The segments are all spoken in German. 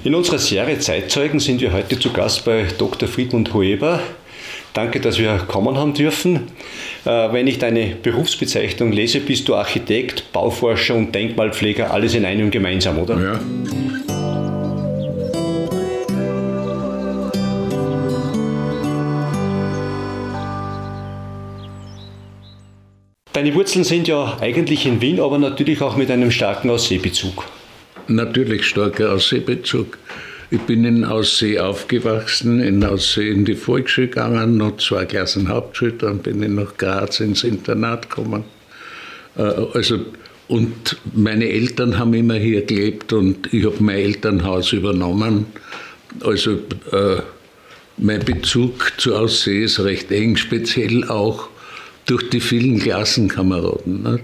In unserer Serie Zeitzeugen sind wir heute zu Gast bei Dr. Friedmund Hoeber. Danke, dass wir kommen haben dürfen. Wenn ich deine Berufsbezeichnung lese, bist du Architekt, Bauforscher und Denkmalpfleger, alles in einem gemeinsam, oder? Ja. Deine Wurzeln sind ja eigentlich in Wien, aber natürlich auch mit einem starken Ausseebezug. Natürlich starker Ausseebezug. Ich bin in Aussee aufgewachsen, in Aussee in die Volksschule gegangen, noch 2 Klassen Hauptschule, dann bin ich nach Graz ins Internat gekommen. Und meine Eltern haben immer hier gelebt und ich habe mein Elternhaus übernommen. Also mein Bezug zur Aussee ist recht eng, speziell auch durch die vielen Klassenkameraden. Ne?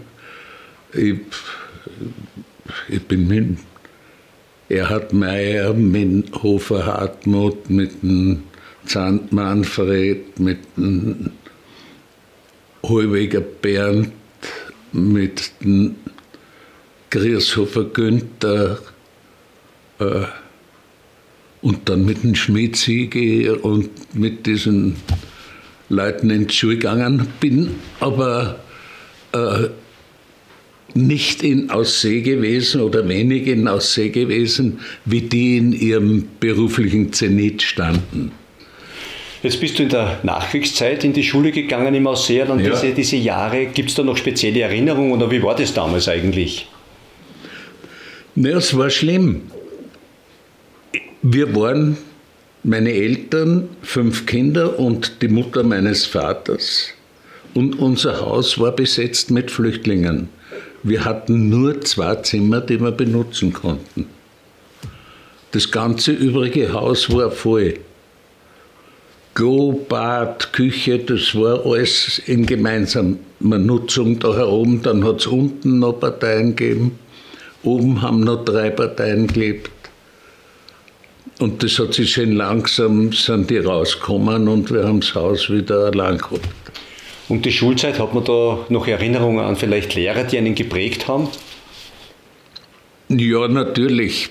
Ich bin mit Erhard Meyer, mit Hofer Hartmut, mit dem Zandt Manfred, mit dem Hollweger Bernd, mit dem Grieshofer Günther und dann mit dem Schmidt-Siegi und mit diesen Leuten in die Schule gegangen, bin aber nicht in Aussee gewesen oder wenig in Aussee gewesen, wie die in ihrem beruflichen Zenit standen. Jetzt bist du in der Nachkriegszeit in die Schule gegangen im Ausseeland. Ja. Diese Jahre, gibt es da noch spezielle Erinnerungen oder wie war das damals eigentlich? Na, es war schlimm. Wir waren, meine Eltern, 5 Kinder und die Mutter meines Vaters. Und unser Haus war besetzt mit Flüchtlingen. Wir hatten nur 2 Zimmer, die wir benutzen konnten. Das ganze übrige Haus war voll. Klo, Bad, Küche, das war alles in gemeinsamer Nutzung da herum. Dann hat es unten noch Parteien gegeben. Oben haben noch 3 Parteien gelebt. Und das hat sich schön langsam, sind die rausgekommen und wir haben das Haus wieder allein gehabt. Und die Schulzeit, hat man da noch Erinnerungen an vielleicht Lehrer, die einen geprägt haben? Ja, natürlich.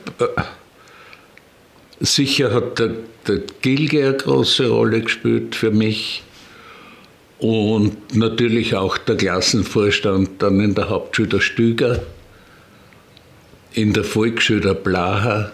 Sicher hat der Gilge eine große Rolle gespielt für mich. Und natürlich auch der Klassenvorstand dann in der Hauptschule der Stüger, in der Volksschule der Blaha.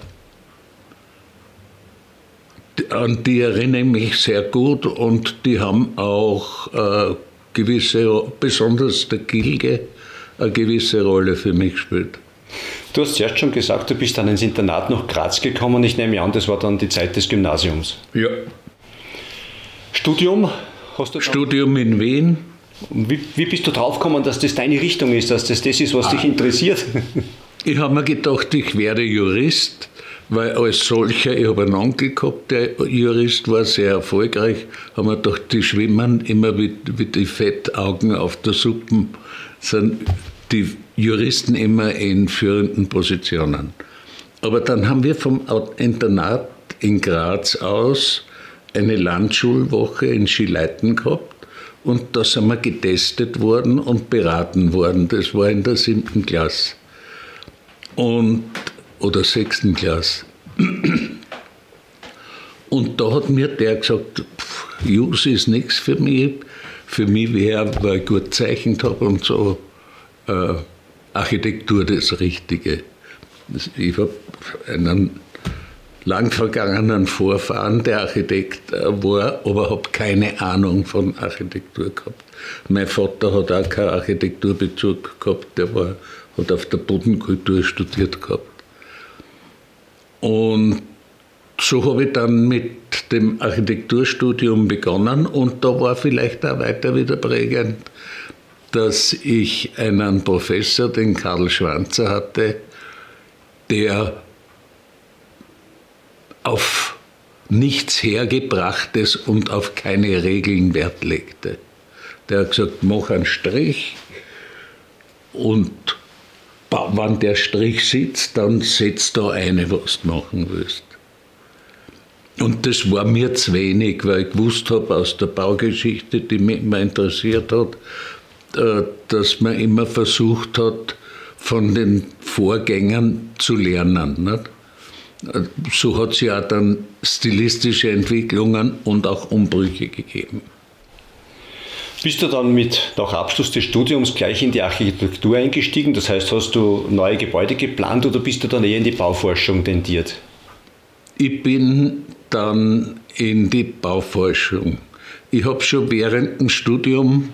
An die erinnere ich mich sehr gut und die haben auch besonders der Gilge, eine gewisse Rolle für mich gespielt. Du hast zuerst schon gesagt, du bist dann ins Internat nach Graz gekommen. Ich nehme an, das war dann die Zeit des Gymnasiums. Ja. Studium hast du dann? Studium in Wien. Wie bist du draufgekommen, dass das deine Richtung ist, dass das ist, was dich interessiert? Ich habe mir gedacht, ich werde Jurist. Weil als solcher, ich habe einen Onkel gehabt, der Jurist war, sehr erfolgreich, haben wir gedacht, die schwimmen immer wie die Fettaugen auf der Suppe, sind die Juristen immer in führenden Positionen. Aber dann haben wir vom Internat in Graz aus eine Landschulwoche in Schileiten gehabt und da sind wir getestet worden und beraten worden. Das war in der 7. Klasse. Oder 6. Klasse. Und da hat mir der gesagt, Jus ist nichts für mich. Für mich wäre, weil ich gut gezeichnet habe und so, Architektur das Richtige. Ich habe einen lang vergangenen Vorfahren, der Architekt war, aber habe keine Ahnung von Architektur gehabt. Mein Vater hat auch keinen Architekturbezug gehabt, der hat auf der Bodenkultur studiert gehabt. Und so habe ich dann mit dem Architekturstudium begonnen und da war vielleicht auch weiter wieder prägend, dass ich einen Professor, den Karl Schwanzer, hatte, der auf nichts Hergebrachtes und auf keine Regeln Wert legte. Der hat gesagt, mach einen Strich und wenn der Strich sitzt, dann setz da eine, was du machen willst. Und das war mir zu wenig, weil ich gewusst habe aus der Baugeschichte, die mich immer interessiert hat, dass man immer versucht hat, von den Vorgängern zu lernen. Nicht? So hat es ja dann stilistische Entwicklungen und auch Umbrüche gegeben. Bist du dann nach Abschluss des Studiums gleich in die Architektur eingestiegen? Das heißt, hast du neue Gebäude geplant oder bist du dann eher in die Bauforschung tendiert? Ich bin dann in die Bauforschung. Ich habe schon während dem Studium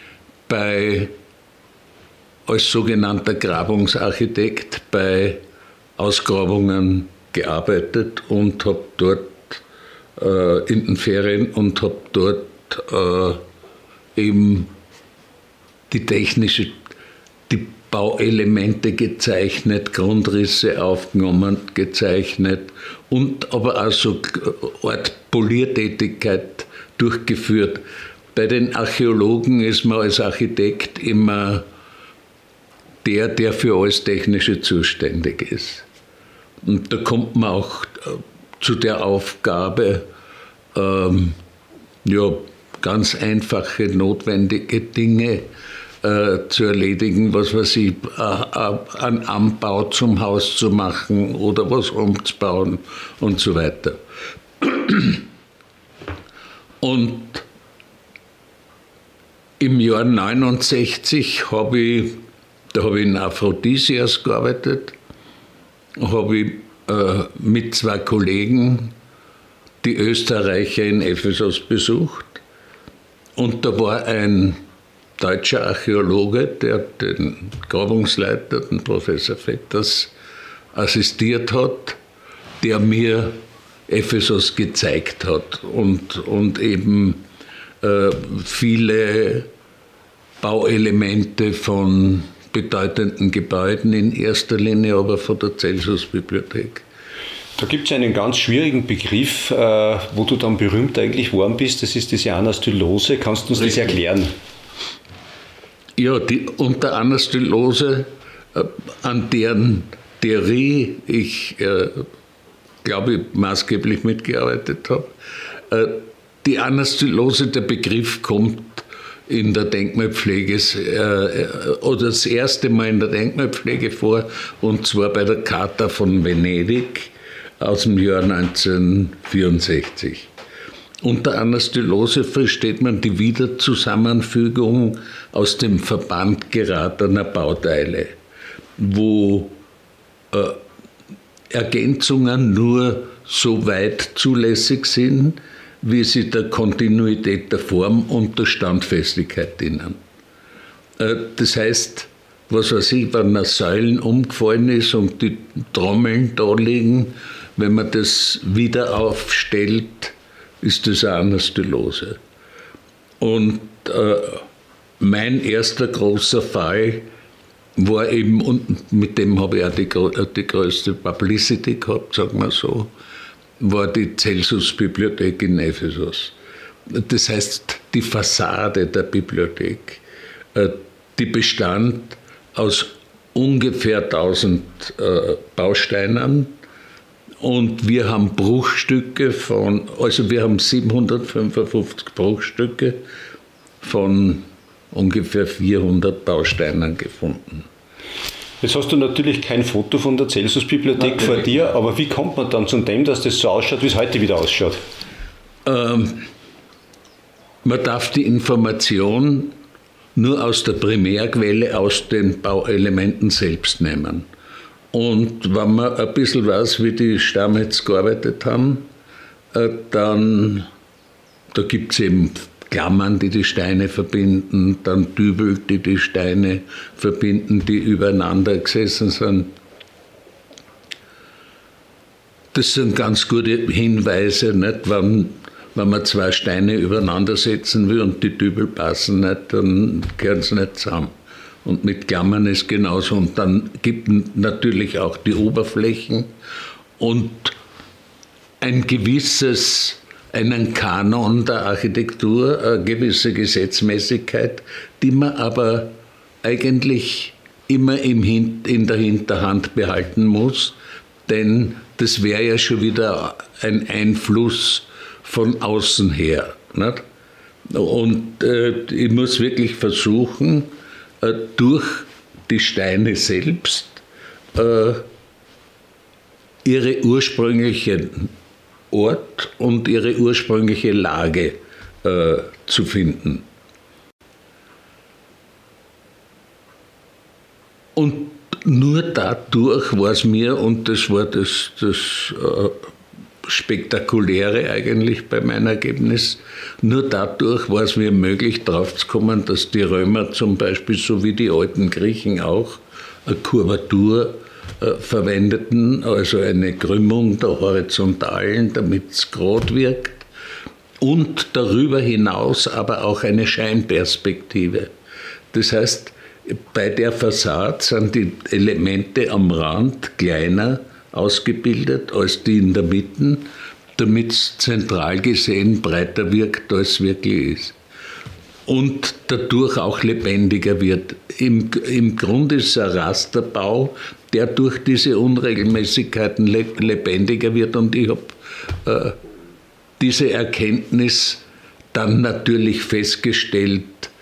als sogenannter Grabungsarchitekt bei Ausgrabungen gearbeitet und habe dort in den Ferien und habe dort eben die Bauelemente gezeichnet, Grundrisse aufgenommen, gezeichnet und aber auch so eine Art Poliertätigkeit durchgeführt. Bei den Archäologen ist man als Architekt immer der für alles Technische zuständig ist. Und da kommt man auch zu der Aufgabe, ganz einfache, notwendige Dinge zu erledigen, was weiß ich, einen Anbau zum Haus zu machen oder was umzubauen und so weiter. Und im Jahr 1969 habe ich in Aphrodisias gearbeitet, habe ich mit 2 Kollegen die Österreicher in Ephesus besucht. Und da war ein deutscher Archäologe, der den Grabungsleiter, den Professor Vetters, assistiert hat, der mir Ephesus gezeigt hat und eben viele Bauelemente von bedeutenden Gebäuden, in erster Linie aber von der Celsus-Bibliothek. Da gibt es einen ganz schwierigen Begriff, wo du dann berühmt eigentlich geworden bist, das ist diese Anastylose. Kannst du uns das erklären? Ja, unter Anastylose, an deren Theorie ich, glaube ich, maßgeblich mitgearbeitet habe. Die Anastylose, der Begriff kommt in der Denkmalpflege oder das erste Mal in der Denkmalpflege vor, und zwar bei der Charta von Venedig aus dem Jahr 1964. Unter Anastylose versteht man die Wiederzusammenfügung aus dem Verband geratener Bauteile, wo Ergänzungen nur so weit zulässig sind, wie sie der Kontinuität der Form und der Standfestigkeit dienen. Das heißt, was weiß ich, wenn eine Säulen umgefallen ist und die Trommeln da liegen, wenn man das wieder aufstellt, ist das eine Anastylose. Und mein erster großer Fall war eben, und mit dem habe ich auch die größte Publicity gehabt, sagen wir so, war die Celsus-Bibliothek in Ephesus. Das heißt, die Fassade der Bibliothek, die bestand aus ungefähr 1000 Bausteinen, und wir haben Bruchstücke wir haben 755 Bruchstücke von ungefähr 400 Bausteinen gefunden. Jetzt hast du natürlich kein Foto von der Celsus-Bibliothek vor dir, aber wie kommt man dann zu dem, dass das so ausschaut, wie es heute wieder ausschaut? Man darf die Information nur aus der Primärquelle, aus den Bauelementen selbst nehmen. Und wenn man ein bisschen weiß, wie die Stamets gearbeitet haben, dann da gibt es eben Klammern, die Steine verbinden, dann Dübel, die Steine verbinden, die übereinander gesessen sind. Das sind ganz gute Hinweise, nicht? Wenn man 2 Steine übereinander setzen will und die Dübel passen nicht, dann gehören sie nicht zusammen. Und mit Klammern ist genauso. Und dann gibt es natürlich auch die Oberflächen und einen Kanon der Architektur, eine gewisse Gesetzmäßigkeit, die man aber eigentlich immer in der Hinterhand behalten muss, denn das wäre ja schon wieder ein Einfluss von außen her. Nicht? Und ich muss wirklich versuchen, durch die Steine selbst ihre ursprüngliche Ort und ihre ursprüngliche Lage zu finden. Und nur dadurch war es mir, und das war das Spektakuläre eigentlich bei meinem Ergebnis, nur dadurch war es mir möglich, drauf zu kommen, dass die Römer zum Beispiel, so wie die alten Griechen auch, eine Kurvatur verwendeten, also eine Krümmung der Horizontalen, damit es gerade wirkt, und darüber hinaus aber auch eine Scheinperspektive. Das heißt, bei der Fassade sind die Elemente am Rand kleiner ausgebildet als die in der Mitte, damit es zentral gesehen breiter wirkt, als es wirklich ist. Und dadurch auch lebendiger wird. Im Grunde ist es ein Rasterbau, der durch diese Unregelmäßigkeiten lebendiger wird. Und ich habe diese Erkenntnis dann natürlich festgestellt,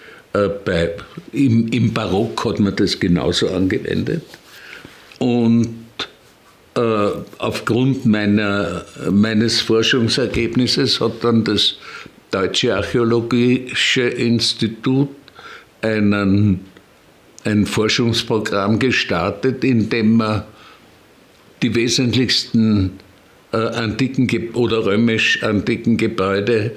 im Barock hat man das genauso angewendet. Und aufgrund meines Forschungsergebnisses hat dann das Deutsche Archäologische Institut ein Forschungsprogramm gestartet, in dem man die wesentlichsten antiken oder römisch-antiken Gebäude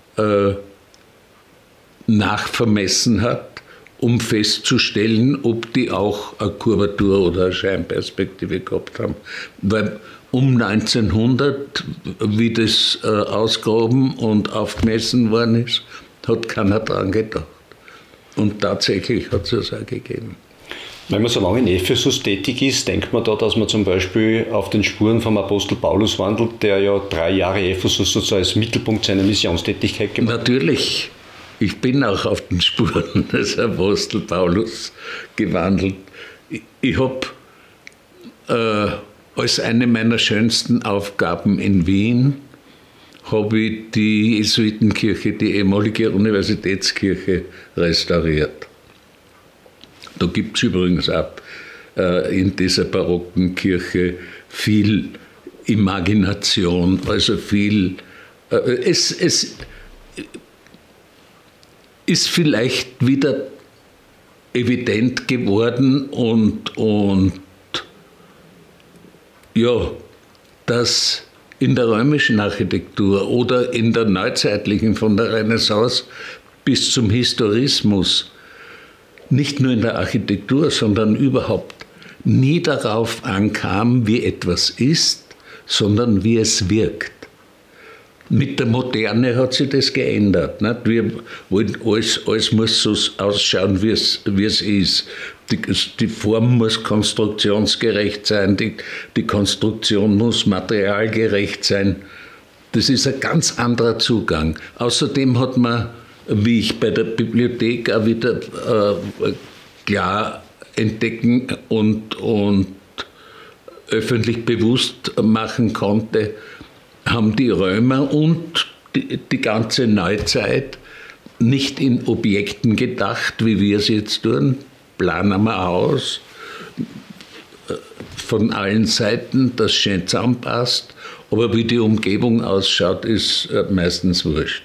nachvermessen hat, um festzustellen, ob die auch eine Kurvatur oder eine Scheinperspektive gehabt haben. Weil um 1900, wie das ausgehoben und aufgemessen worden ist, hat keiner daran gedacht. Und tatsächlich hat es das auch gegeben. Wenn man so lange in Ephesus tätig ist, denkt man da, dass man zum Beispiel auf den Spuren vom Apostel Paulus wandelt, der ja 3 Jahre Ephesus sozusagen als Mittelpunkt seiner Missionstätigkeit gemacht hat? Natürlich. Ich bin auch auf den Spuren des Apostel Paulus gewandelt. Ich habe als eine meiner schönsten Aufgaben in Wien habe ich die Jesuitenkirche, die ehemalige Universitätskirche, restauriert. Da gibt es übrigens auch in dieser barocken Kirche viel Imagination, also viel. Es ist vielleicht wieder evident geworden und ja, dass in der römischen Architektur oder in der neuzeitlichen von der Renaissance bis zum Historismus, nicht nur in der Architektur, sondern überhaupt nie darauf ankam, wie etwas ist, sondern wie es wirkt. Mit der Moderne hat sich das geändert. Nicht? Wir wollen, alles muss so ausschauen, wie es ist. Die Form muss konstruktionsgerecht sein, die Konstruktion muss materialgerecht sein. Das ist ein ganz anderer Zugang. Außerdem hat man, wie ich bei der Bibliothek auch wieder klar entdecken und öffentlich bewusst machen konnte, haben die Römer und die ganze Neuzeit nicht in Objekten gedacht, wie wir es jetzt tun. Planen wir aus von allen Seiten, dass es schön zusammenpasst, aber wie die Umgebung ausschaut, ist meistens wurscht.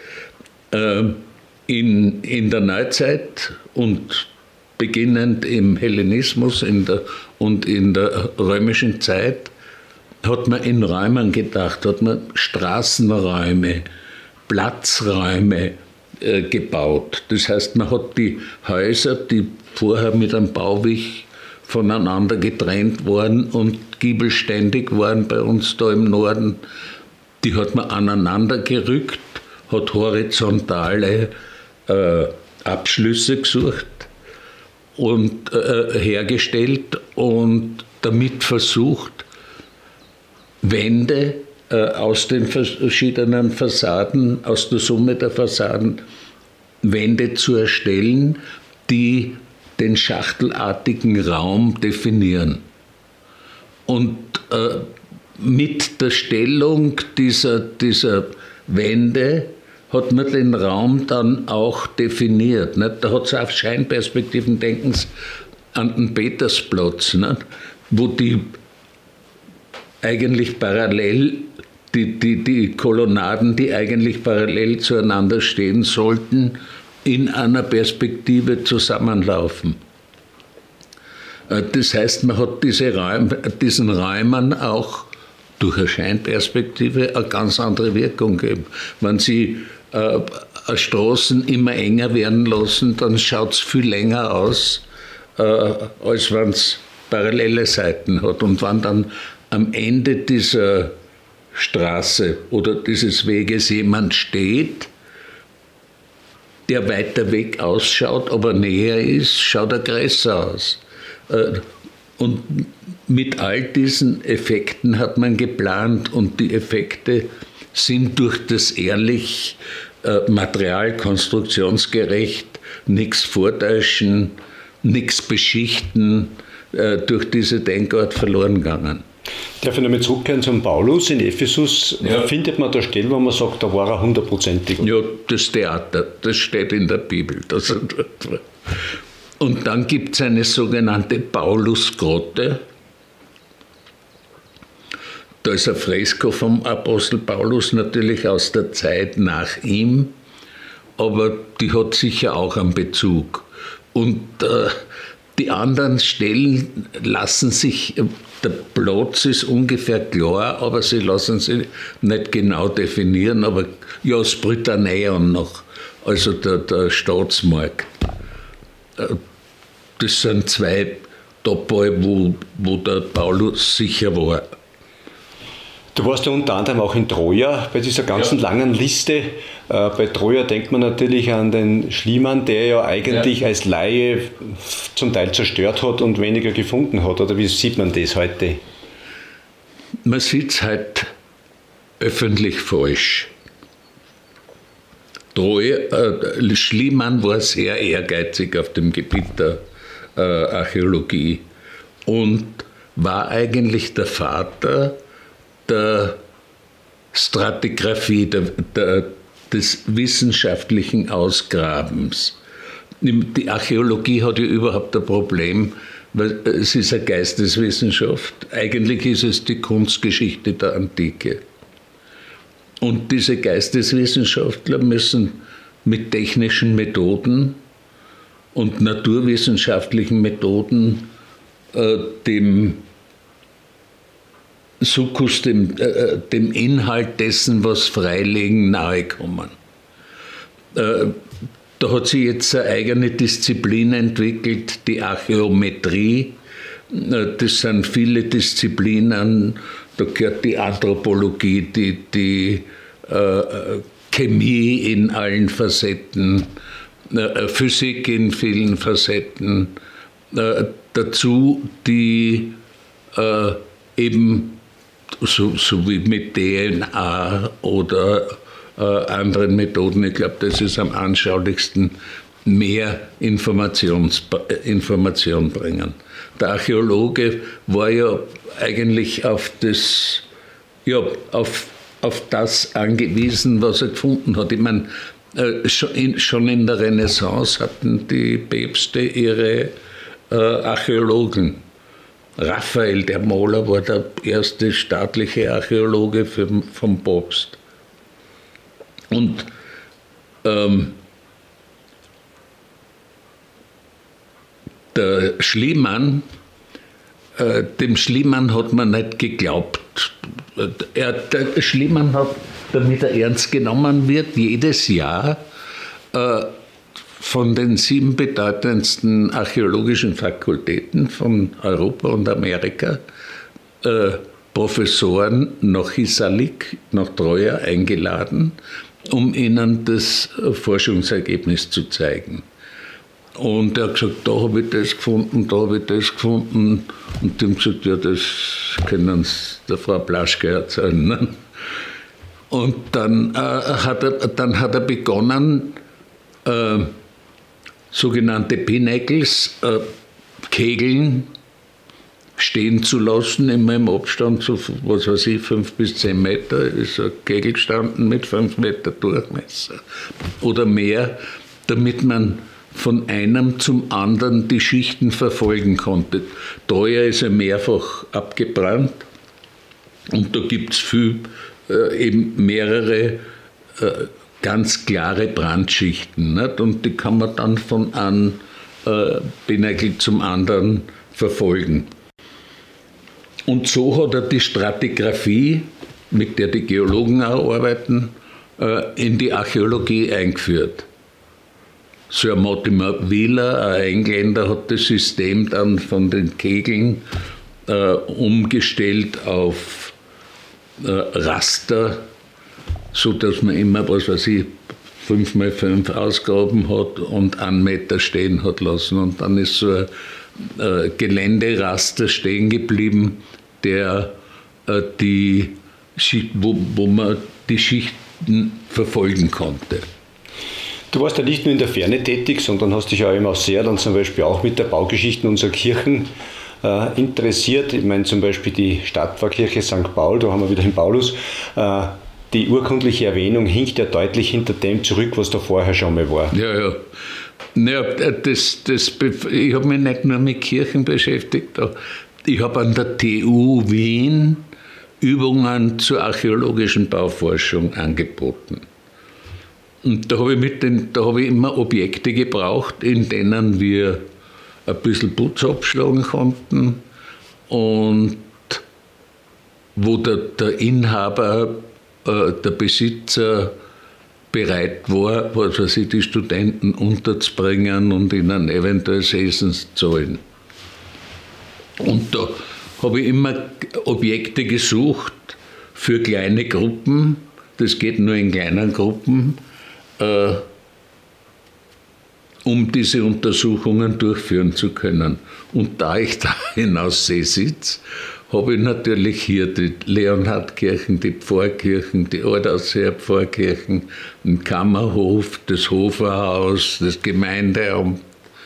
In der Neuzeit und beginnend im Hellenismus und in der römischen Zeit hat man in Räumen gedacht, hat man Straßenräume, Platzräume gebaut. Das heißt, man hat die Häuser, die vorher mit einem Bauwich voneinander getrennt waren und giebelständig waren bei uns da im Norden, die hat man aneinander gerückt, hat horizontale Abschlüsse gesucht und hergestellt und damit versucht, Wände aus den verschiedenen Fassaden, aus der Summe der Fassaden, Wände zu erstellen, die den schachtelartigen Raum definieren. Und mit der Stellung dieser Wände hat man den Raum dann auch definiert. Nicht? Da hat es auf Scheinperspektiven, denken Sie an den Petersplatz, nicht? Wo die eigentlich parallel, die Kolonnaden, die eigentlich parallel zueinander stehen sollten, in einer Perspektive zusammenlaufen. Das heißt, man hat diesen Räumen auch durch eine Scheinperspektive eine ganz andere Wirkung gegeben. Wenn Sie Straßen immer enger werden lassen, dann schaut es viel länger aus, als wenn es parallele Seiten hat. Und wenn dann am Ende dieser Straße oder dieses Weges jemand steht, der weiter weg ausschaut, aber näher ist, schaut er größer aus. Und mit all diesen Effekten hat man geplant, und die Effekte sind durch das ehrlich materialkonstruktionsgerecht, nichts vortäuschen, nichts beschichten, durch diese Denkart verloren gegangen. Darf ich nochmal zurückkehren zum Paulus in Ephesus? Ja. Findet man da Stellen, wo man sagt, da war er 100%ig? Ja, das Theater, das steht in der Bibel. Und dann gibt es eine sogenannte Paulusgrotte. Da ist ein Fresko vom Apostel Paulus, natürlich aus der Zeit nach ihm, aber die hat sicher auch einen Bezug. Und die anderen Stellen lassen sich, der Platz ist ungefähr klar, aber sie lassen sich nicht genau definieren, aber ja, das Britanneion noch, also der Staatsmarkt. Das sind zwei Topoi, wo der Paulus sicher war. Du warst ja unter anderem auch in Troja bei dieser ganzen langen Liste. Bei Troja denkt man natürlich an den Schliemann, der ja eigentlich als Laie zum Teil zerstört hat und weniger gefunden hat. Oder wie sieht man das heute? Man sieht es halt öffentlich falsch. Schliemann war sehr ehrgeizig auf dem Gebiet der Archäologie und war eigentlich der Vater der Stratigraphie, des wissenschaftlichen Ausgrabens. Die Archäologie hat ja überhaupt ein Problem, weil es ist eine Geisteswissenschaft. Eigentlich ist es die Kunstgeschichte der Antike. Und diese Geisteswissenschaftler müssen mit technischen Methoden und naturwissenschaftlichen Methoden dem Sukkus, dem Inhalt dessen, was freilegen, nahe kommen. Da hat sich jetzt eine eigene Disziplin entwickelt, die Archäometrie. Das sind viele Disziplinen, da gehört die Anthropologie, die Chemie in allen Facetten, Physik in vielen Facetten, dazu die eben so wie mit DNA oder anderen Methoden, ich glaube, das ist am anschaulichsten, mehr Information bringen. Der Archäologe war ja eigentlich auf das angewiesen, was er gefunden hat. Ich meine, schon in der Renaissance hatten die Päpste ihre Archäologen. Raphael, der Maler, war der erste staatliche Archäologe vom Papst. Und der Schliemann, dem Schliemann hat man nicht geglaubt. Der Schliemann hat, damit er ernst genommen wird, jedes Jahr von den 7 bedeutendsten archäologischen Fakultäten von Europa und Amerika Professoren nach Hisarlik, nach Troja eingeladen, um ihnen das Forschungsergebnis zu zeigen. Und er hat gesagt, da habe ich das gefunden, da habe ich das gefunden. Und die haben gesagt, ja, das können Sie der Frau Plaschke erzählen. Ne? Und dann hat er begonnen, sogenannte Pinnacles, Kegeln, stehen zu lassen, immer im Abstand, so, was weiß ich, 5 bis 10 Meter, ist ein Kegel gestanden mit 5 Meter Durchmesser oder mehr, damit man von einem zum anderen die Schichten verfolgen konnte. Troja ist ja mehrfach abgebrannt Und da gibt es eben mehrere ganz klare Brandschichten. Nicht? Und die kann man dann von einem Pinnacle zum anderen verfolgen. Und so hat er die Stratigraphie, mit der die Geologen auch arbeiten, in die Archäologie eingeführt. Sir Mortimer Wheeler, ein Engländer, hat das System dann von den Kegeln umgestellt auf Raster, sodass man immer, 5x5 Ausgaben hat und 1 Meter stehen hat lassen. Und dann ist so ein Geländeraster stehen geblieben, wo man die Schichten verfolgen konnte. Du warst ja nicht nur in der Ferne tätig, sondern hast dich auch immer sehr dann zum Beispiel auch mit der Baugeschichte unserer Kirchen interessiert. Ich meine zum Beispiel die Stadtpfarrkirche St. Paul, da haben wir wieder den Paulus. Die urkundliche Erwähnung hinkt ja deutlich hinter dem zurück, was da vorher schon mal war. Ja. Naja, ich habe mich nicht nur mit Kirchen beschäftigt. Ich habe an der TU Wien Übungen zur archäologischen Bauforschung angeboten. Und da habe ich immer Objekte gebraucht, in denen wir ein bisschen Putz abschlagen konnten und wo der Inhaber, der Besitzer bereit war, die Studenten unterzubringen und ihnen eventuell das Essen zu zahlen. Und da habe ich immer Objekte gesucht für kleine Gruppen, das geht nur in kleinen Gruppen, um diese Untersuchungen durchführen zu können. Und da ich da in Aussee sitze, habe ich natürlich hier die Leonhardkirchen, die Pfarrkirchen, die Altausseer Pfarrkirchen, den Kammerhof, das Hoferhaus, das Gemeindeamt.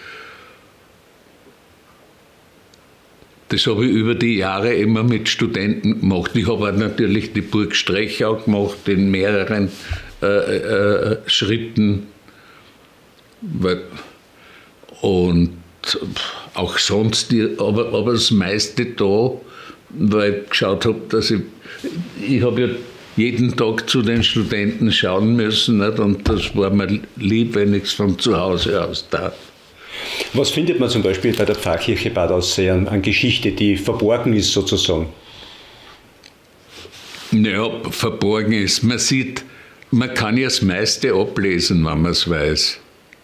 Das habe ich über die Jahre immer mit Studenten gemacht. Ich habe auch natürlich die Burg Strechau gemacht in mehreren Schritten. Und auch sonst, aber das meiste da, weil ich geschaut habe, dass ich habe ja jeden Tag zu den Studenten schauen müssen, nicht? Und das war mir lieb, wenn ich es von zu Hause aus tat. Was findet man zum Beispiel bei der Pfarrkirche Bad Aussee an Geschichte, die verborgen ist sozusagen? Naja, verborgen ist. Man kann ja das meiste ablesen, wenn man es weiß.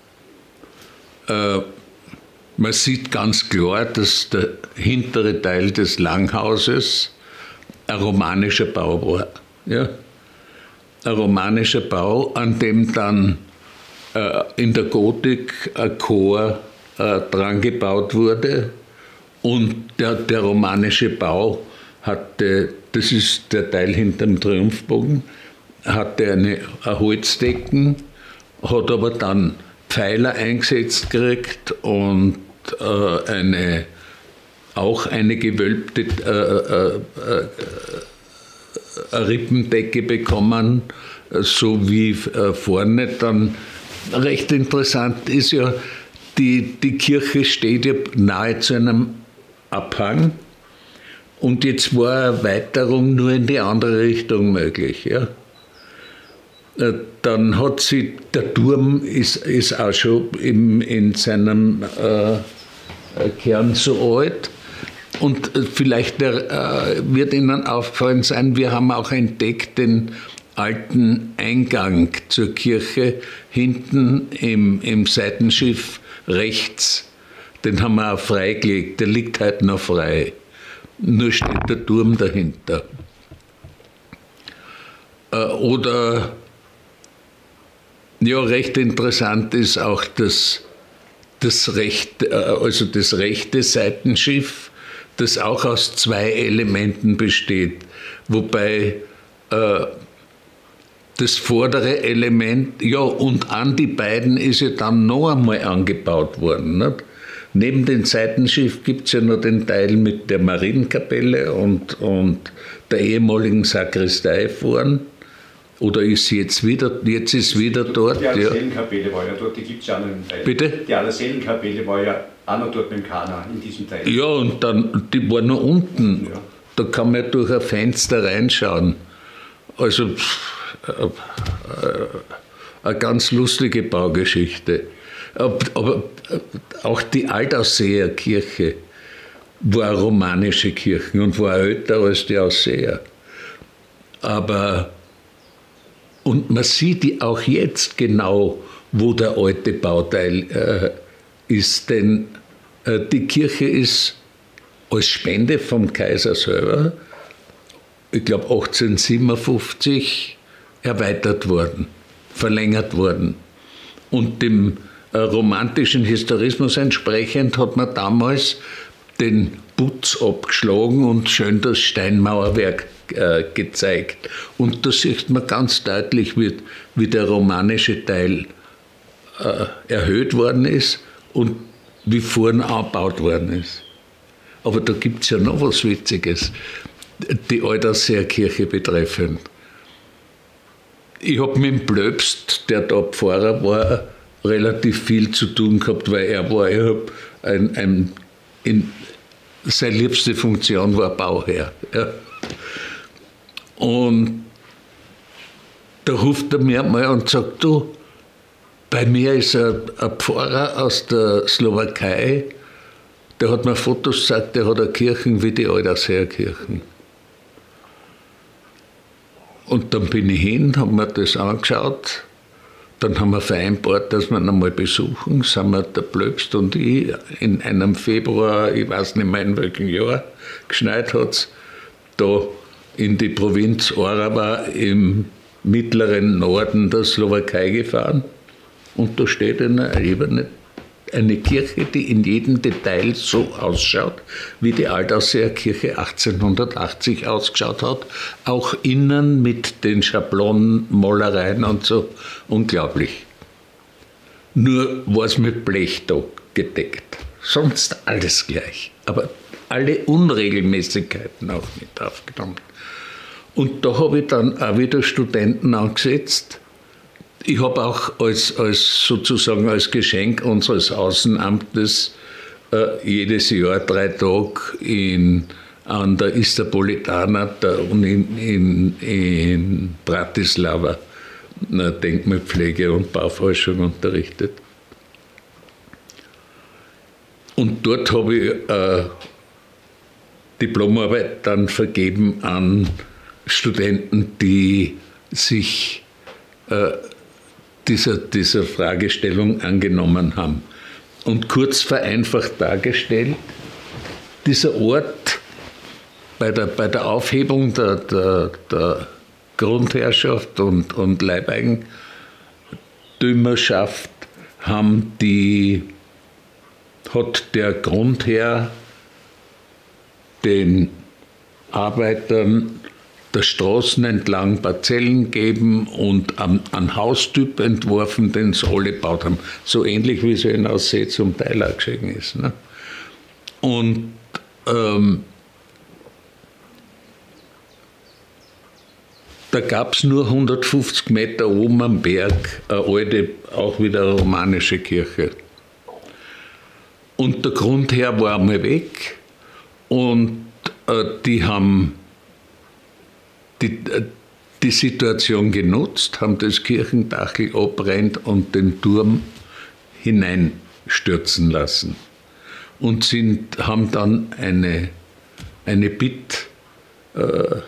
Man sieht ganz klar, dass der hintere Teil des Langhauses ein romanischer Bau war. Ja? Ein romanischer Bau, an dem dann in der Gotik ein Chor dran gebaut wurde. Und der romanische Bau hatte, das ist der Teil hinter dem Triumphbogen, hatte eine Holzdecken, hat aber dann Pfeiler eingesetzt gekriegt und auch eine gewölbte Rippendecke bekommen, so wie vorne. Dann recht interessant ist ja, die Kirche steht ja nahe zu einem Abhang und jetzt war eine Erweiterung nur in die andere Richtung möglich. Ja. Dann hat sie, der Turm ist auch schon in seinem Kern so alt. Und vielleicht wird Ihnen aufgefallen sein, wir haben auch entdeckt den alten Eingang zur Kirche hinten im Seitenschiff rechts. Den haben wir auch freigelegt, der liegt halt noch frei. Nur steht der Turm dahinter. Oder ja, recht interessant ist auch das rechte Seitenschiff, das auch aus 2 Elementen besteht, wobei das vordere Element, ja, und an die beiden ist ja dann noch einmal angebaut worden. Nicht? Neben dem Seitenschiff gibt es ja noch den Teil mit der Marienkapelle und der ehemaligen Sakristei vorn. Oder ist sie jetzt wieder dort? Die Allerseelenkapelle war ja dort, die gibt es ja auch noch im Teil. Bitte? Die Allerseelenkapelle war ja auch noch dort beim Kana, in diesem Teil. Ja, und dann, die war noch unten. Ja. da kann man durch ein Fenster reinschauen. Also eine ganz lustige Baugeschichte. Aber auch die Altausseer Kirche war eine romanische Kirche und war älter als die Ausseer. Und man sieht auch jetzt genau, wo der alte Bauteil ist, denn die Kirche ist als Spende vom Kaiser selber, ich glaube 1857, erweitert worden, verlängert worden. Und dem romantischen Historismus entsprechend hat man damals den Putz abgeschlagen und schön das Steinmauerwerk gezeigt. Und da sieht man ganz deutlich, wie der romanische Teil erhöht worden ist und wie vorne angebaut worden ist. Aber da gibt es ja noch was Witziges, die Altausseerkirche betreffend. Ich habe mit dem Blöbst, der da Pfarrer war, relativ viel zu tun gehabt, weil seine liebste Funktion war Bauherr. Ja. Und da ruft er mir mal und sagt, du, bei mir ist ein Pfarrer aus der Slowakei, der hat mir Fotos gezeigt, der hat eine Kirche wie die Altausseerkirchen. Und dann bin ich hin, habe mir das angeschaut, dann haben wir vereinbart, dass wir ihn einmal besuchen, sind wir der Blöbst und ich in einem Februar, ich weiß nicht mehr in welchem Jahr, geschneit hat es, da in die Provinz Orava im mittleren Norden der Slowakei gefahren. Und da steht eine Kirche, die in jedem Detail so ausschaut, wie die Altausseerkirche 1880 ausgeschaut hat. Auch innen mit den Schablonenmalereien und so. Unglaublich. Nur war es mit Blech da gedeckt. Sonst alles gleich. Aber alle Unregelmäßigkeiten auch mit aufgenommen. Und da habe ich dann auch wieder Studenten angesetzt. Ich habe auch sozusagen als Geschenk unseres Außenamtes jedes Jahr 3 Tage an der Istopolitana, der Uni in Bratislava, Denkmalpflege und Bauforschung unterrichtet. Und dort habe ich Diplomarbeit dann vergeben an Studenten, die sich dieser Fragestellung angenommen haben. Und kurz vereinfacht dargestellt, dieser Ort bei der Aufhebung der Grundherrschaft und Leibeigentümerschaft hat der Grundherr den Arbeitern der Straßen entlang Parzellen geben und einen Haustyp entworfen, den sie alle gebaut haben. So ähnlich wie es in Aussee zum Teil auch geschehen ist. Ne? Und da gab es nur 150 Meter oben am Berg eine alte, auch wieder romanische Kirche. Und der Grundherr war einmal weg und die haben die Situation genutzt, haben das Kirchendachel abbrennt und den Turm hineinstürzen lassen. Und haben dann eine Bittfahrt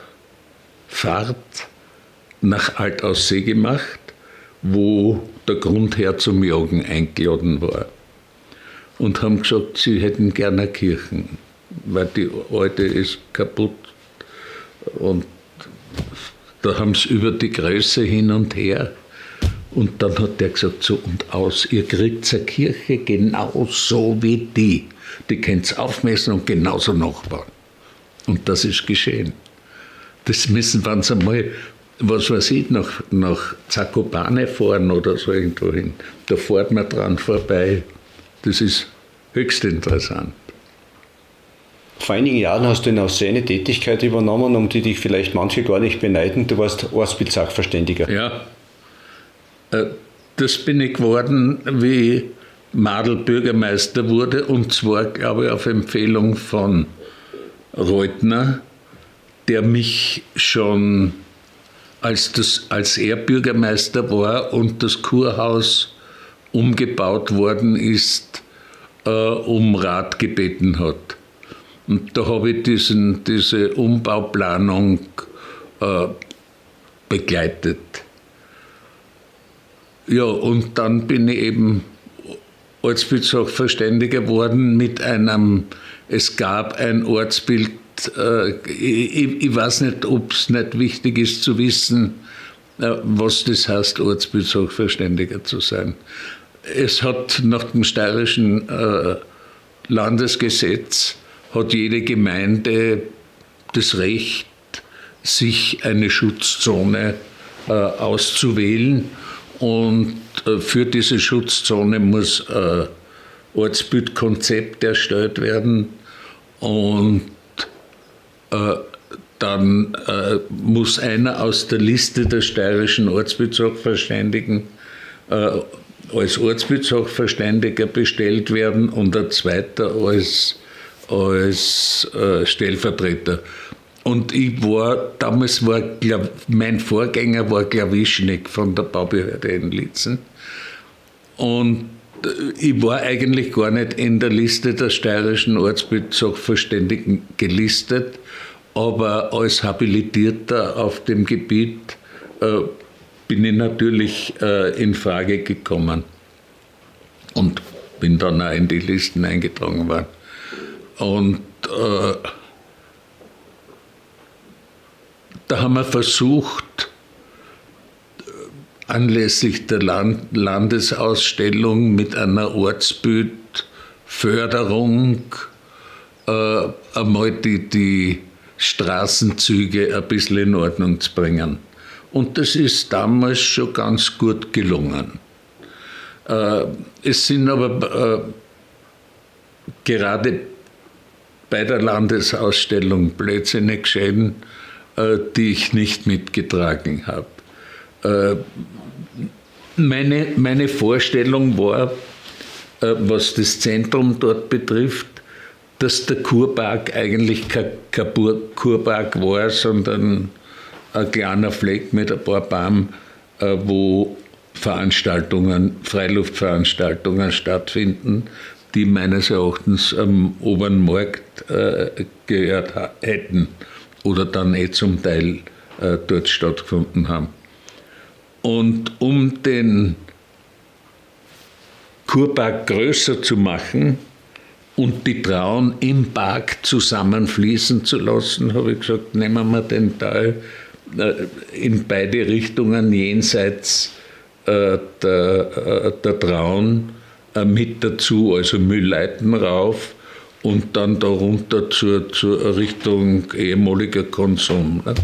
nach Altaussee gemacht, wo der Grundherr zum Jagen eingeladen war. Und haben gesagt, sie hätten gerne Kirchen, weil die alte ist kaputt. Und da haben sie über die Größe hin und her. Und dann hat der gesagt, so und aus, ihr kriegt eine Kirche genauso wie die. Die könnt ihr aufmessen und genauso nachbauen. Und das ist geschehen. Das müssen, wenn sie einmal, was weiß ich, nach Zakopane fahren oder so irgendwo hin. Da fährt man dran vorbei. Das ist höchst interessant. Vor einigen Jahren hast du in Aussee eine Tätigkeit übernommen, um die dich vielleicht manche gar nicht beneiden. Du warst Ortsbezirksverständiger. Ja, das bin ich geworden, wie Madl Bürgermeister wurde, und zwar, glaube ich, auf Empfehlung von Reutner, der mich schon, als er Bürgermeister war und das Kurhaus umgebaut worden ist, um Rat gebeten hat. Und da habe ich diese Umbauplanung begleitet. Ja, und dann bin ich eben Ortsbildsachverständiger geworden mit es gab ein Ortsbild, ich weiß nicht, ob es nicht wichtig ist zu wissen, was das heißt, Ortsbildsachverständiger zu sein. Es hat nach dem steirischen Landesgesetz hat jede Gemeinde das Recht, sich eine Schutzzone auszuwählen. Und für diese Schutzzone muss ein Ortsbildkonzept erstellt werden. Und dann muss einer aus der Liste der steirischen Ortsbildsachverständigen als Ortsbildsachverständiger bestellt werden und ein zweiter als Stellvertreter. Und mein Vorgänger war Klawischnik von der Baubehörde in Litzen. Und ich war eigentlich gar nicht in der Liste der steirischen Ortsbildsachverständigen gelistet, aber als Habilitierter auf dem Gebiet bin ich natürlich in Frage gekommen und bin dann auch in die Listen eingetragen worden. Und da haben wir versucht, anlässlich der Landesausstellung mit einer Ortsbildförderung einmal die Straßenzüge ein bisschen in Ordnung zu bringen. Und das ist damals schon ganz gut gelungen. Es sind aber gerade bei der Landesausstellung Blödsinn geschehen, die ich nicht mitgetragen habe. Meine Vorstellung war, was das Zentrum dort betrifft, dass der Kurpark eigentlich kein Kurpark war, sondern ein kleiner Fleck mit ein paar Bäumen, wo Freiluftveranstaltungen stattfinden, die meines Erachtens am Oberen Markt gehört hätten oder dann zum Teil dort stattgefunden haben. Und um den Kurpark größer zu machen und die Traun im Park zusammenfließen zu lassen, habe ich gesagt, nehmen wir den Teil in beide Richtungen jenseits der Traun mit dazu, also Mühlleiten rauf und dann darunter zur Richtung ehemaliger Konsum. Ne?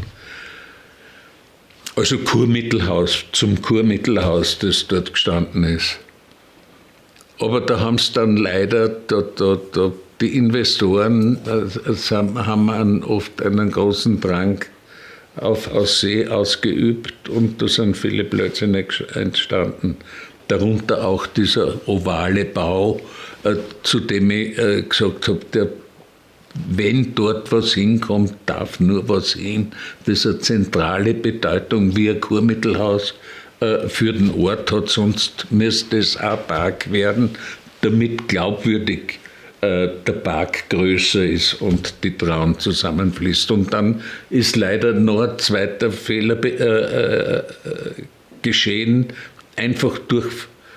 Also zum Kurmittelhaus, das dort gestanden ist. Aber da haben es dann leider, die Investoren haben oft einen großen Drang auf See ausgeübt und da sind viele Blödsinn entstanden. Darunter auch dieser ovale Bau, zu dem ich gesagt habe, wenn dort was hinkommt, darf nur was hin. Das ist eine zentrale Bedeutung wie ein Kurmittelhaus für den Ort hat, sonst müsste es auch Park werden, damit glaubwürdig der Park größer ist und die Traun zusammenfließt. Und dann ist leider noch ein zweiter Fehler geschehen, einfach durch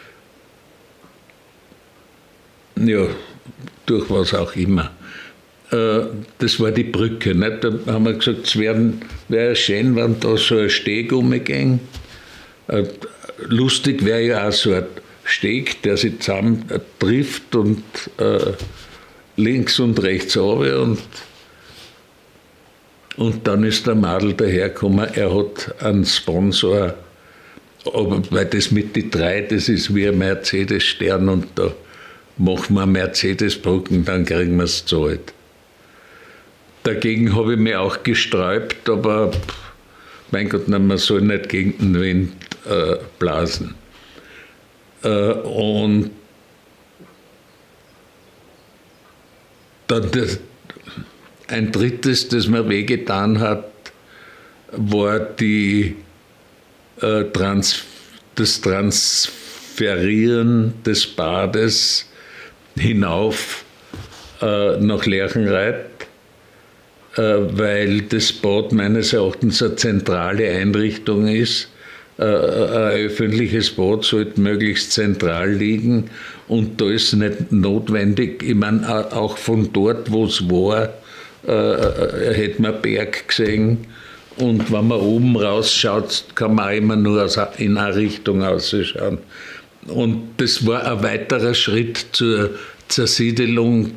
was auch immer. Das war die Brücke. Nicht? Da haben wir gesagt, es wäre schön, wenn da so ein Steg umging. Lustig wäre ja auch so ein Steg, der sich zusammen trifft und links und rechts runter und dann ist der Madel dahergekommen, er hat einen Sponsor, aber weil das mit die 3, das ist wie ein Mercedes-Stern und da machen wir Mercedes-Brücken, dann kriegen wir es gezahlt. Dagegen habe ich mich auch gesträubt, aber mein Gott, man soll nicht gegen den Wind blasen. Und dann ein drittes, das mir wehgetan hat, war das Transferieren des Bades hinauf nach Lerchenreit, weil das Bad meines Erachtens eine zentrale Einrichtung ist. Ein öffentliches Bad sollte möglichst zentral liegen und da ist nicht notwendig, ich meine, auch von dort, wo es war, hätte man Berg gesehen und wenn man oben rausschaut, kann man auch immer nur in eine Richtung ausschauen. Und das war ein weiterer Schritt zur Zersiedelung,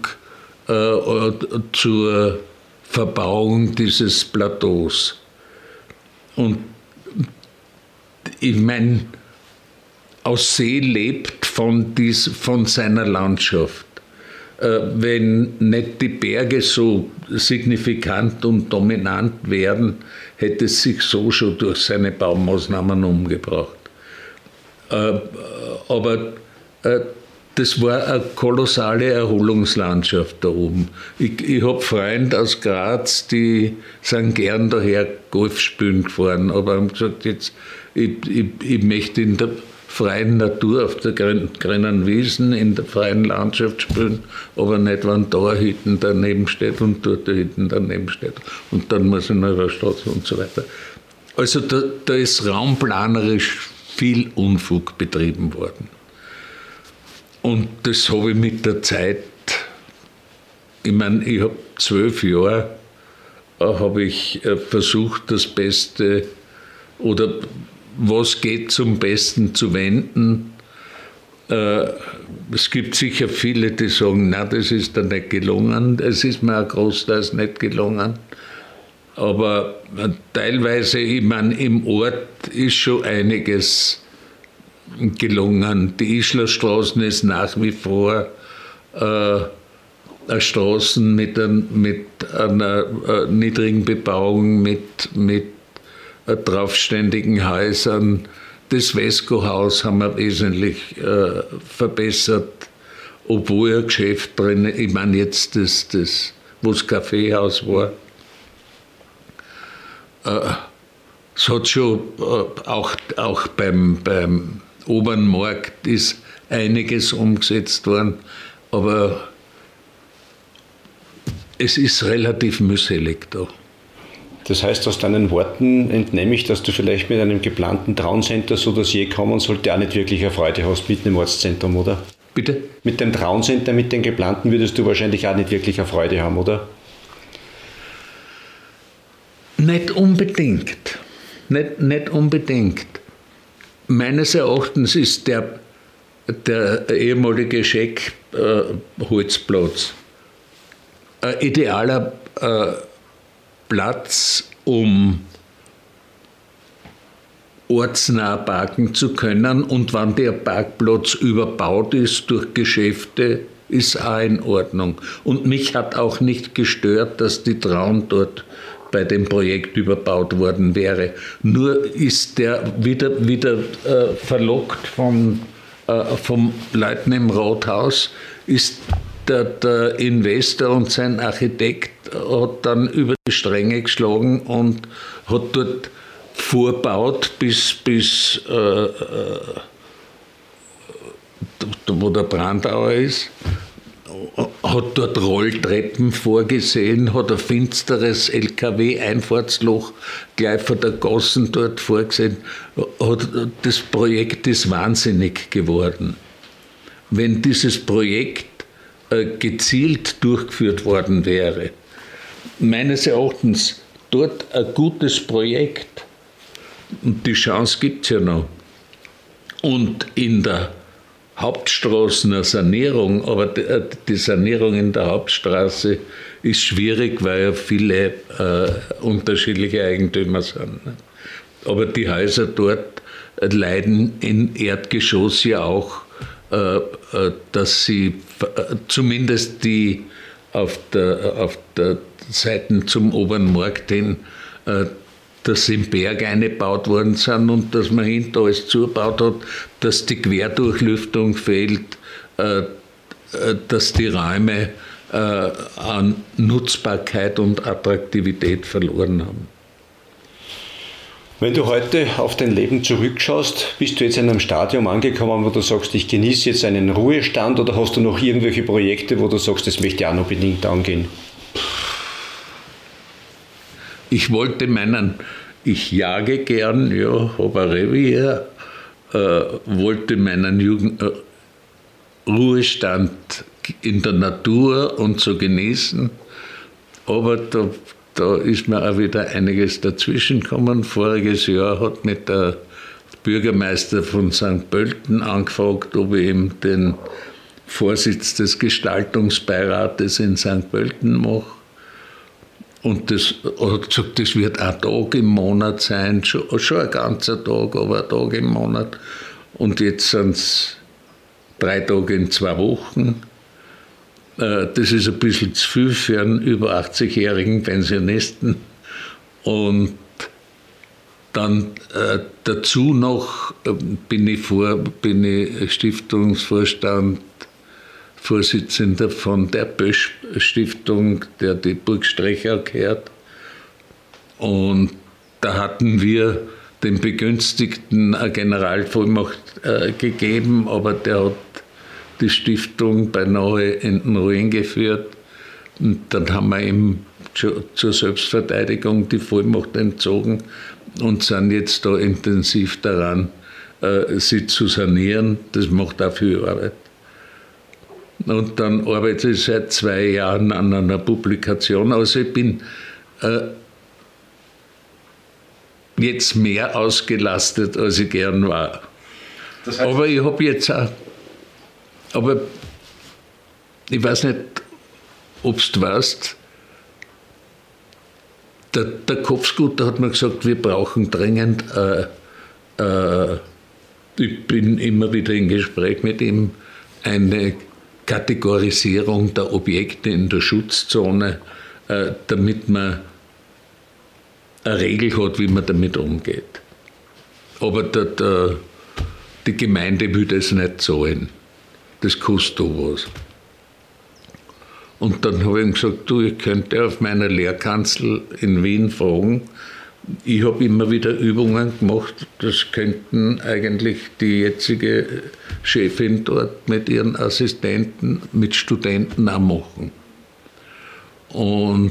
zur Verbauung dieses Plateaus. Und ich meine, Aussee lebt von seiner Landschaft. Wenn nicht die Berge so signifikant und dominant wären, hätte es sich so schon durch seine Baumaßnahmen umgebracht. Aber das war eine kolossale Erholungslandschaft da oben. Ich habe Freunde aus Graz, die sind gern daher Golf spielen gefahren, aber haben gesagt, jetzt, ich möchte in der freien Natur, auf der grünen Wiesen, in der freien Landschaft spielen, aber nicht, wenn da eine Hütte daneben steht und dort eine Hütte daneben steht. Und dann muss ich noch über die Straße und so weiter. Also da ist raumplanerisch viel Unfug betrieben worden. Und das habe ich mit der Zeit, ich meine, ich habe 12 Jahre, habe ich versucht, das Beste oder was geht zum Besten zu wenden. Es gibt sicher viele, die sagen, na, das ist da nicht gelungen. Es ist mir auch großteils nicht gelungen. Aber teilweise, ich meine, im Ort ist schon einiges gelungen. Die Ischlerstraßen ist nach wie vor eine Straßen mit einer niedrigen Bebauung, mit draufständigen Häusern. Das Vesco-Haus haben wir wesentlich verbessert, obwohl ein Geschäft drin, ich meine jetzt das wo das Kaffeehaus war. Es hat schon auch beim Oberen Markt ist einiges umgesetzt worden, aber es ist relativ mühselig da. Das heißt, aus deinen Worten entnehme ich, dass du vielleicht mit einem geplanten Trauncenter, so das je kommen sollte, auch nicht wirklich eine Freude hast mitten im Ortszentrum, oder? Bitte? Mit dem Trauncenter, mit den geplanten, würdest du wahrscheinlich auch nicht wirklich eine Freude haben, oder? Nicht unbedingt. Nicht unbedingt. Meines Erachtens ist der ehemalige Scheck-Holzplatz ein idealer Platz, um ortsnah parken zu können. Und wenn der Parkplatz überbaut ist durch Geschäfte, ist auch in Ordnung. Und mich hat auch nicht gestört, dass die Traun dort bei dem Projekt überbaut worden wäre. Nur ist der wieder verlockt vom Leuten im Rathaus, ist der Investor und sein Architekt hat dann über die Stränge geschlagen und hat dort vorbaut bis wo der Brandauer ist, hat dort Rolltreppen vorgesehen, hat ein finsteres LKW-Einfahrtsloch gleich vor der Gassen dort vorgesehen. Das Projekt ist wahnsinnig geworden. Wenn dieses Projekt gezielt durchgeführt worden wäre, meines Erachtens dort ein gutes Projekt, und die Chance gibt es ja noch, und in der Hauptstraße eine Sanierung, aber die Sanierung in der Hauptstraße ist schwierig, weil ja viele unterschiedliche Eigentümer sind. Aber die Häuser dort leiden im Erdgeschoss ja auch, dass sie zumindest die auf der Seite zum Oberen Markt hin, dass sie im Berg eingebaut worden sind und dass man hinter alles zugebaut hat, dass die Querdurchlüftung fehlt, dass die Räume an Nutzbarkeit und Attraktivität verloren haben. Wenn du heute auf dein Leben zurückschaust, bist du jetzt in einem Stadium angekommen, wo du sagst, ich genieße jetzt einen Ruhestand, oder hast du noch irgendwelche Projekte, wo du sagst, das möchte ich auch noch bedingt angehen? Ich jage gern, ja, habe ein Revier, wollte meinen Ruhestand in der Natur und so genießen, aber da ist mir auch wieder einiges dazwischen gekommen. Voriges Jahr hat mich der Bürgermeister von St. Pölten angefragt, ob ich ihm den Vorsitz des Gestaltungsbeirates in St. Pölten mache. Und das hat gesagt, das wird ein Tag im Monat sein, schon ein ganzer Tag, aber ein Tag im Monat. Und jetzt sind es 3 Tage in 2 Wochen. Das ist ein bisschen zu viel für einen über 80-jährigen Pensionisten. Und dann dazu noch bin ich Stiftungsvorstand, Vorsitzender von der Bösch-Stiftung, der die Burg Strechau gehört. Und da hatten wir dem Begünstigten eine Generalvollmacht gegeben, aber der hat die Stiftung beinahe in den Ruin geführt. Und dann haben wir ihm zur Selbstverteidigung die Vollmacht entzogen und sind jetzt da intensiv daran, sie zu sanieren. Das macht auch viel Arbeit. Und dann arbeite ich seit 2 Jahren an einer Publikation. Also ich bin jetzt mehr ausgelastet, als ich gern war. Das heißt, aber ich habe jetzt auch, aber ich weiß nicht, ob du weißt, der Kopfscooter hat mir gesagt, wir brauchen dringend, ich bin immer wieder in Gespräch mit ihm, eine Kategorisierung der Objekte in der Schutzzone, damit man eine Regel hat, wie man damit umgeht. Aber die Gemeinde will das nicht zahlen. Das kostet auch was. Und dann habe ich ihm gesagt, du, ich könnte auf meiner Lehrkanzel in Wien fragen. Ich habe immer wieder Übungen gemacht, das könnten eigentlich die jetzige Chefin dort mit ihren Assistenten, mit Studenten auch machen. Und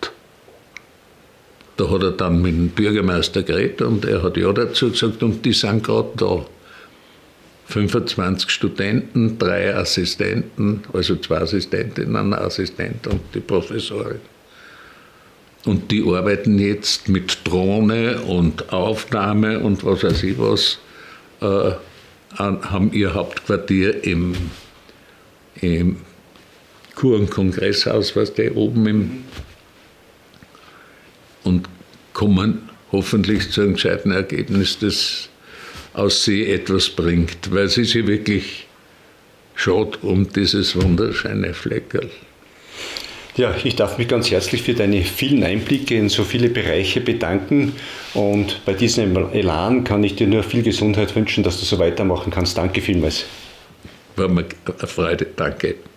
da hat er dann mit dem Bürgermeister geredet und er hat ja dazu gesagt, und die sind gerade da. 25 Studenten, 3 Assistenten, also 2 Assistentinnen, ein Assistent und die Professorin. Und die arbeiten jetzt mit Drohne und Aufnahme und was weiß ich was, haben ihr Hauptquartier im Kur- und Kongresshaus, was der oben und kommen hoffentlich zu einem gescheiten Ergebnis, das aus See etwas bringt, weil es ist ja wirklich schade um dieses wunderschöne Fleckerl. Ja, ich darf mich ganz herzlich für deine vielen Einblicke in so viele Bereiche bedanken, und bei diesem Elan kann ich dir nur viel Gesundheit wünschen, dass du so weitermachen kannst. Danke vielmals. War mir eine Freude, danke.